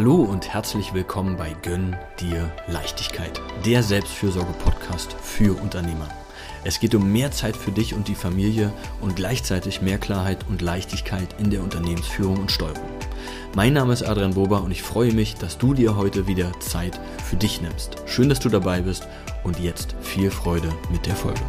Hallo und herzlich willkommen bei Gönn dir Leichtigkeit, der Selbstfürsorge-Podcast für Unternehmer. Es geht um mehr Zeit für dich und die Familie und gleichzeitig mehr Klarheit und Leichtigkeit in der Unternehmensführung und Steuerung. Mein Name ist Adrian Bober und ich freue mich, dass du dir heute wieder Zeit für dich nimmst. Schön, dass du dabei bist und jetzt viel Freude mit der Folge.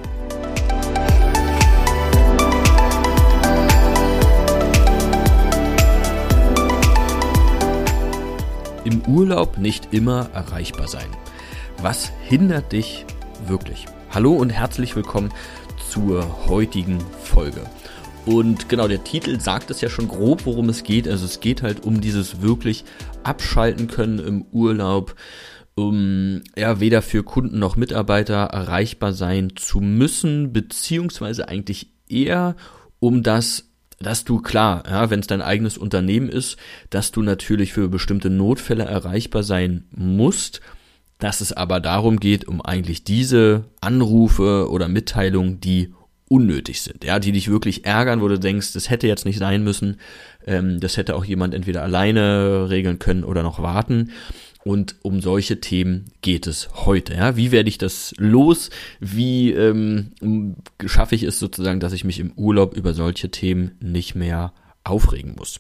Im Urlaub nicht immer erreichbar sein. Was hindert dich wirklich? Hallo und herzlich willkommen zur heutigen Folge. Und genau, der Titel sagt es ja schon grob, worum es geht. Also es geht halt um dieses wirklich abschalten können im Urlaub, weder für Kunden noch Mitarbeiter erreichbar sein zu müssen, beziehungsweise eigentlich eher um das, dass du klar, wenn es dein eigenes Unternehmen ist, dass du natürlich für bestimmte Notfälle erreichbar sein musst, dass es aber darum geht, um eigentlich diese Anrufe oder Mitteilungen, die unnötig sind, die dich wirklich ärgern, wo du denkst, das hätte jetzt nicht sein müssen, das hätte auch jemand entweder alleine regeln können oder noch warten. Und um solche Themen geht es heute. Wie werde ich das los? Wie schaffe ich es sozusagen, dass ich mich im Urlaub über solche Themen nicht mehr aufregen muss?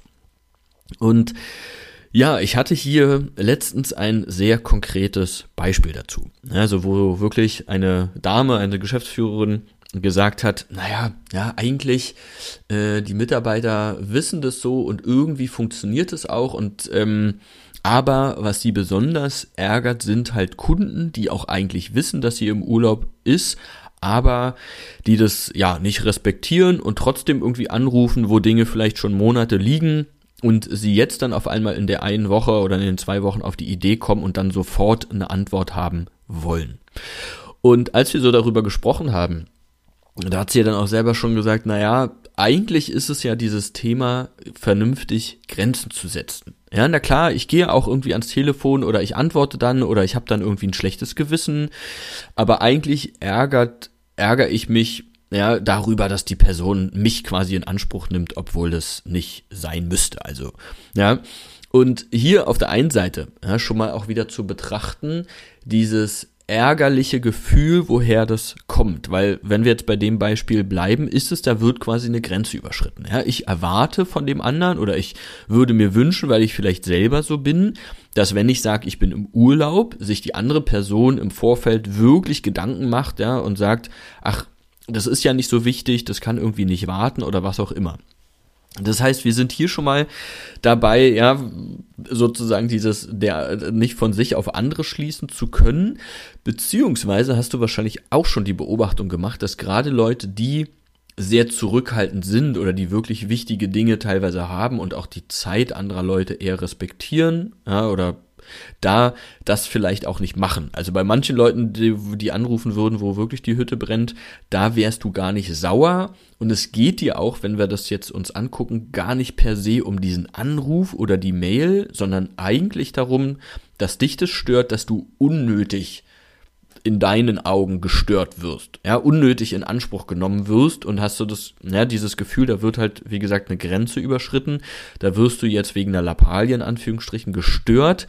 Und ja, ich hatte hier letztens ein sehr konkretes Beispiel dazu. Also wo wirklich eine Dame, eine Geschäftsführerin gesagt hat, eigentlich die Mitarbeiter wissen das so und irgendwie funktioniert es auch und aber was sie besonders ärgert, sind halt Kunden, die auch eigentlich wissen, dass sie im Urlaub ist, aber die das nicht respektieren und trotzdem irgendwie anrufen, wo Dinge vielleicht schon Monate liegen und sie jetzt dann auf einmal in der einen Woche oder in den 2 Wochen auf die Idee kommen und dann sofort eine Antwort haben wollen. Und als wir so darüber gesprochen haben, da hat sie ja dann auch selber schon gesagt, eigentlich ist es ja dieses Thema, vernünftig Grenzen zu setzen. Ja, na klar, ich gehe auch irgendwie ans Telefon oder ich antworte dann oder ich habe dann irgendwie ein schlechtes Gewissen, aber eigentlich ärgere ich mich darüber, dass die Person mich quasi in Anspruch nimmt, obwohl das nicht sein müsste. Also, und hier auf der einen Seite schon mal auch wieder zu betrachten, dieses ärgerliche Gefühl, woher das kommt, weil wenn wir jetzt bei dem Beispiel bleiben, da wird quasi eine Grenze überschritten. Ich erwarte von dem anderen oder ich würde mir wünschen, weil ich vielleicht selber so bin, dass wenn ich sage, ich bin im Urlaub, sich die andere Person im Vorfeld wirklich Gedanken macht, und sagt, ach, das ist ja nicht so wichtig, das kann irgendwie nicht warten oder was auch immer. Das heißt, wir sind hier schon mal dabei, sozusagen der nicht von sich auf andere schließen zu können, beziehungsweise hast du wahrscheinlich auch schon die Beobachtung gemacht, dass gerade Leute, die sehr zurückhaltend sind oder die wirklich wichtige Dinge teilweise haben und auch die Zeit anderer Leute eher respektieren, oder da das vielleicht auch nicht machen. Also bei manchen Leuten, die anrufen würden, wo wirklich die Hütte brennt, da wärst du gar nicht sauer und es geht dir auch, wenn wir das jetzt uns angucken, gar nicht per se um diesen Anruf oder die Mail, sondern eigentlich darum, dass dich das stört, dass du unnötig in deinen Augen gestört wirst, unnötig in Anspruch genommen wirst und hast du das, dieses Gefühl, da wird halt, wie gesagt, eine Grenze überschritten, da wirst du jetzt wegen einer Lappalie in Anführungsstrichen gestört,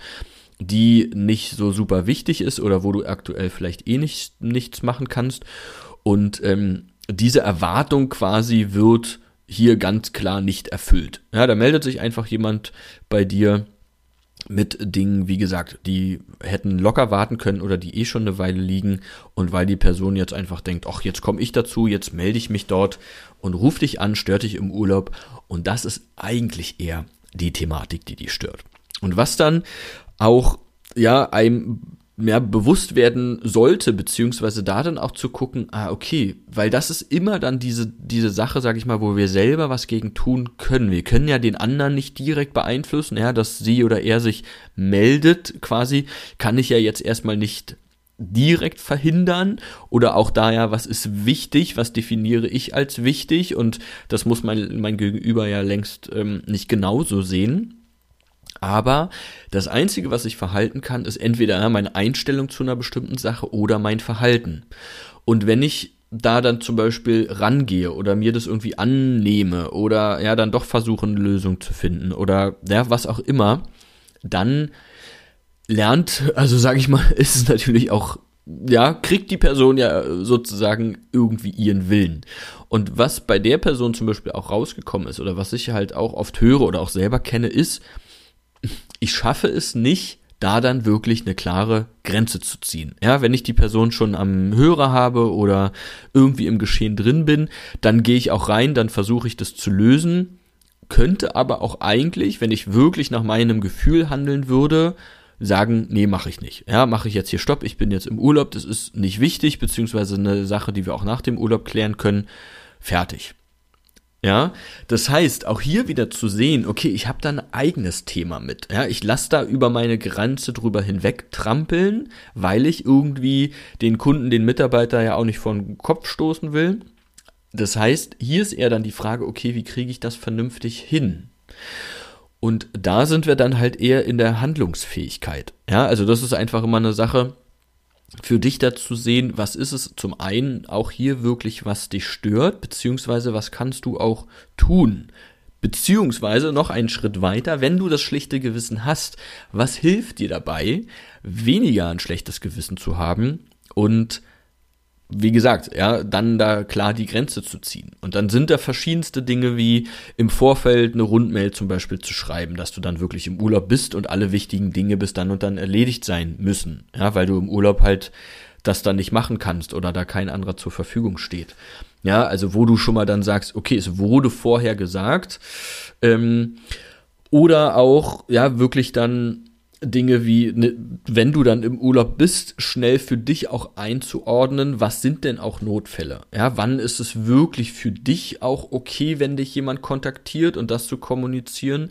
die nicht so super wichtig ist oder wo du aktuell vielleicht nichts machen kannst und diese Erwartung quasi wird hier ganz klar nicht erfüllt. Da meldet sich einfach jemand bei dir mit Dingen, wie gesagt, die hätten locker warten können oder die schon eine Weile liegen und weil die Person jetzt einfach denkt, ach, jetzt komme ich dazu, jetzt melde ich mich dort und ruf dich an, stört dich im Urlaub und das ist eigentlich eher die Thematik, die stört. Und was dann auch, einem bewusst werden sollte, beziehungsweise da dann auch zu gucken, okay, weil das ist immer dann diese Sache, sag ich mal, wo wir selber was gegen tun können. Wir können ja den anderen nicht direkt beeinflussen, dass sie oder er sich meldet, quasi, kann ich ja jetzt erstmal nicht direkt verhindern oder auch was ist wichtig, was definiere ich als wichtig und das muss mein Gegenüber ja längst nicht genauso sehen. Aber das Einzige, was ich verhalten kann, ist entweder meine Einstellung zu einer bestimmten Sache oder mein Verhalten. Und wenn ich da dann zum Beispiel rangehe oder mir das irgendwie annehme oder dann doch versuche, eine Lösung zu finden oder was auch immer, dann ist es natürlich auch, kriegt die Person ja sozusagen irgendwie ihren Willen. Und was bei der Person zum Beispiel auch rausgekommen ist oder was ich halt auch oft höre oder auch selber kenne, ist, ich schaffe es nicht, da dann wirklich eine klare Grenze zu ziehen. Ja, wenn ich die Person schon am Hörer habe oder irgendwie im Geschehen drin bin, dann gehe ich auch rein, dann versuche ich das zu lösen, könnte aber auch eigentlich, wenn ich wirklich nach meinem Gefühl handeln würde, sagen, nee, mache ich nicht. Ja, mache ich jetzt hier Stopp, ich bin jetzt im Urlaub, das ist nicht wichtig, beziehungsweise eine Sache, die wir auch nach dem Urlaub klären können, fertig. Ja, das heißt, auch hier wieder zu sehen, okay, ich habe da ein eigenes Thema mit. Ja, ich lasse da über meine Grenze drüber hinweg trampeln, weil ich irgendwie den Kunden, den Mitarbeiter ja auch nicht vor den Kopf stoßen will. Das heißt, hier ist eher dann die Frage, okay, wie kriege ich das vernünftig hin? Und da sind wir dann halt eher in der Handlungsfähigkeit. Ja, also das ist einfach immer eine Sache für dich dazu sehen, was ist es zum einen auch hier wirklich, was dich stört, beziehungsweise was kannst du auch tun? Beziehungsweise noch einen Schritt weiter, wenn du das schlechte Gewissen hast, was hilft dir dabei, weniger ein schlechtes Gewissen zu haben und wie gesagt, ja, dann da klar die Grenze zu ziehen. Und dann sind da verschiedenste Dinge wie im Vorfeld eine Rundmail zum Beispiel zu schreiben, dass du dann wirklich im Urlaub bist und alle wichtigen Dinge bis dann und dann erledigt sein müssen. Ja, weil du im Urlaub halt das dann nicht machen kannst oder da kein anderer zur Verfügung steht. Ja, also wo du schon mal dann sagst, okay, es wurde vorher gesagt, oder auch, ja, wirklich dann Dinge wie, wenn du dann im Urlaub bist, schnell für dich auch einzuordnen, was sind denn auch Notfälle? Ja, wann ist es wirklich für dich auch okay, wenn dich jemand kontaktiert und das zu kommunizieren?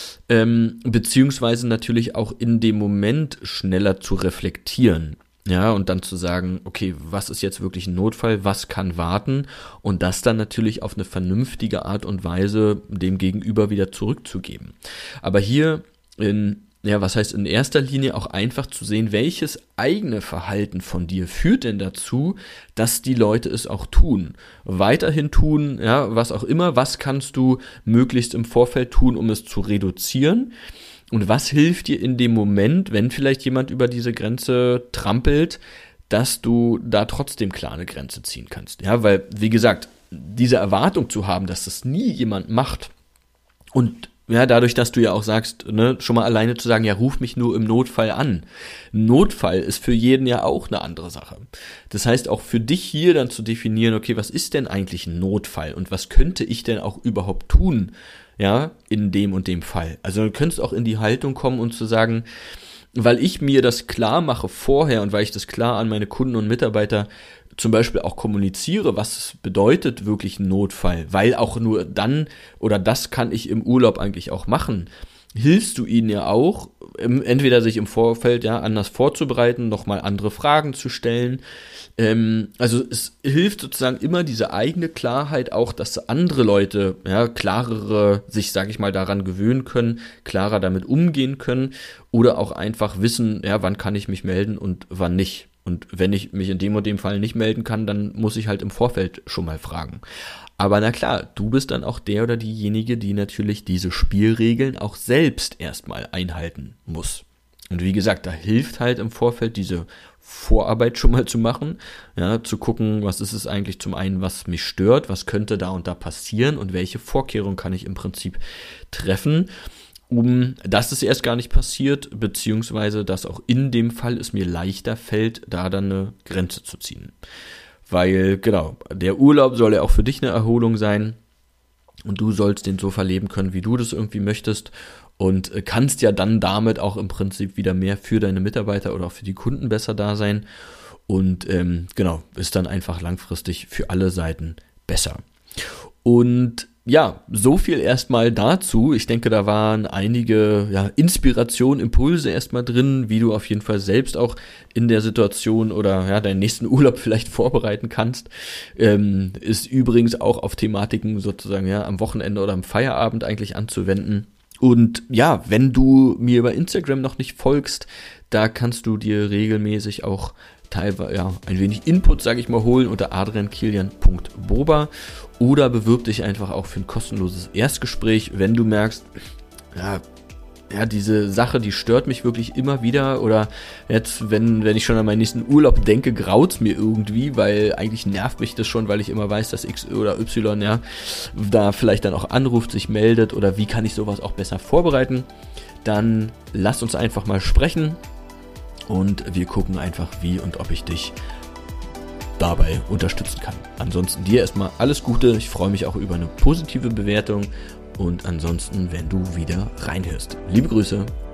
Beziehungsweise natürlich auch in dem Moment schneller zu reflektieren. Ja, und dann zu sagen, okay, was ist jetzt wirklich ein Notfall, was kann warten und das dann natürlich auf eine vernünftige Art und Weise dem Gegenüber wieder zurückzugeben. Aber hier was heißt in erster Linie auch einfach zu sehen, welches eigene Verhalten von dir führt denn dazu, dass die Leute es auch tun. Weiterhin tun, ja, was auch immer, was kannst du möglichst im Vorfeld tun, um es zu reduzieren? Und was hilft dir in dem Moment, wenn vielleicht jemand über diese Grenze trampelt, dass du da trotzdem klar eine Grenze ziehen kannst? Ja, weil, wie gesagt, diese Erwartung zu haben, dass das nie jemand macht und ja, dadurch, dass du ja auch sagst, schon mal alleine zu sagen, ja, ruf mich nur im Notfall an. Notfall ist für jeden ja auch eine andere Sache. Das heißt, auch für dich hier dann zu definieren, okay, was ist denn eigentlich ein Notfall und was könnte ich denn auch überhaupt tun, ja, in dem und dem Fall. Also du könntest auch in die Haltung kommen und zu sagen, weil ich mir das klar mache vorher und weil ich das klar an meine Kunden und Mitarbeiter zum Beispiel auch kommuniziere, was es bedeutet, wirklich ein Notfall, weil auch nur dann, oder das kann ich im Urlaub eigentlich auch machen, hilfst du ihnen ja auch, entweder sich im Vorfeld ja anders vorzubereiten, nochmal andere Fragen zu stellen. Also es hilft sozusagen immer diese eigene Klarheit auch, dass andere Leute klarere sich, sage ich mal, daran gewöhnen können, klarer damit umgehen können oder auch einfach wissen, wann kann ich mich melden und wann nicht. Und wenn ich mich in dem und dem Fall nicht melden kann, dann muss ich halt im Vorfeld schon mal fragen. Aber na klar, du bist dann auch der oder diejenige, die natürlich diese Spielregeln auch selbst erstmal einhalten muss. Und wie gesagt, da hilft halt im Vorfeld diese Vorarbeit schon mal zu machen, ja, zu gucken, was ist es eigentlich zum einen, was mich stört, was könnte da und da passieren und welche Vorkehrungen kann ich im Prinzip treffen, dass es erst gar nicht passiert, beziehungsweise dass auch in dem Fall es mir leichter fällt, da dann eine Grenze zu ziehen. Weil, genau, der Urlaub soll ja auch für dich eine Erholung sein und du sollst den so verleben können, wie du das irgendwie möchtest und kannst ja dann damit auch im Prinzip wieder mehr für deine Mitarbeiter oder auch für die Kunden besser da sein und genau, ist dann einfach langfristig für alle Seiten besser. Und ja, so viel erstmal dazu. Ich denke, da waren einige Inspirationen, Impulse erstmal drin, wie du auf jeden Fall selbst auch in der Situation oder deinen nächsten Urlaub vielleicht vorbereiten kannst. Ist übrigens auch auf Thematiken sozusagen am Wochenende oder am Feierabend eigentlich anzuwenden. Und ja, wenn du mir über Instagram noch nicht folgst, da kannst du dir regelmäßig auch teilweise ein wenig Input, sage ich mal, holen unter adriankilian.boba oder bewirb dich einfach auch für ein kostenloses Erstgespräch, wenn du merkst, diese Sache, die stört mich wirklich immer wieder, oder jetzt, wenn ich schon an meinen nächsten Urlaub denke, graut's mir irgendwie, weil eigentlich nervt mich das schon, weil ich immer weiß, dass X oder Y, ja, da vielleicht dann auch anruft, sich meldet, oder wie kann ich sowas auch besser vorbereiten, dann lasst uns einfach mal sprechen und wir gucken einfach, wie und ob ich dich dabei unterstützen kann. Ansonsten dir erstmal alles Gute, ich freue mich auch über eine positive Bewertung und ansonsten, wenn du wieder reinhörst. Liebe Grüße.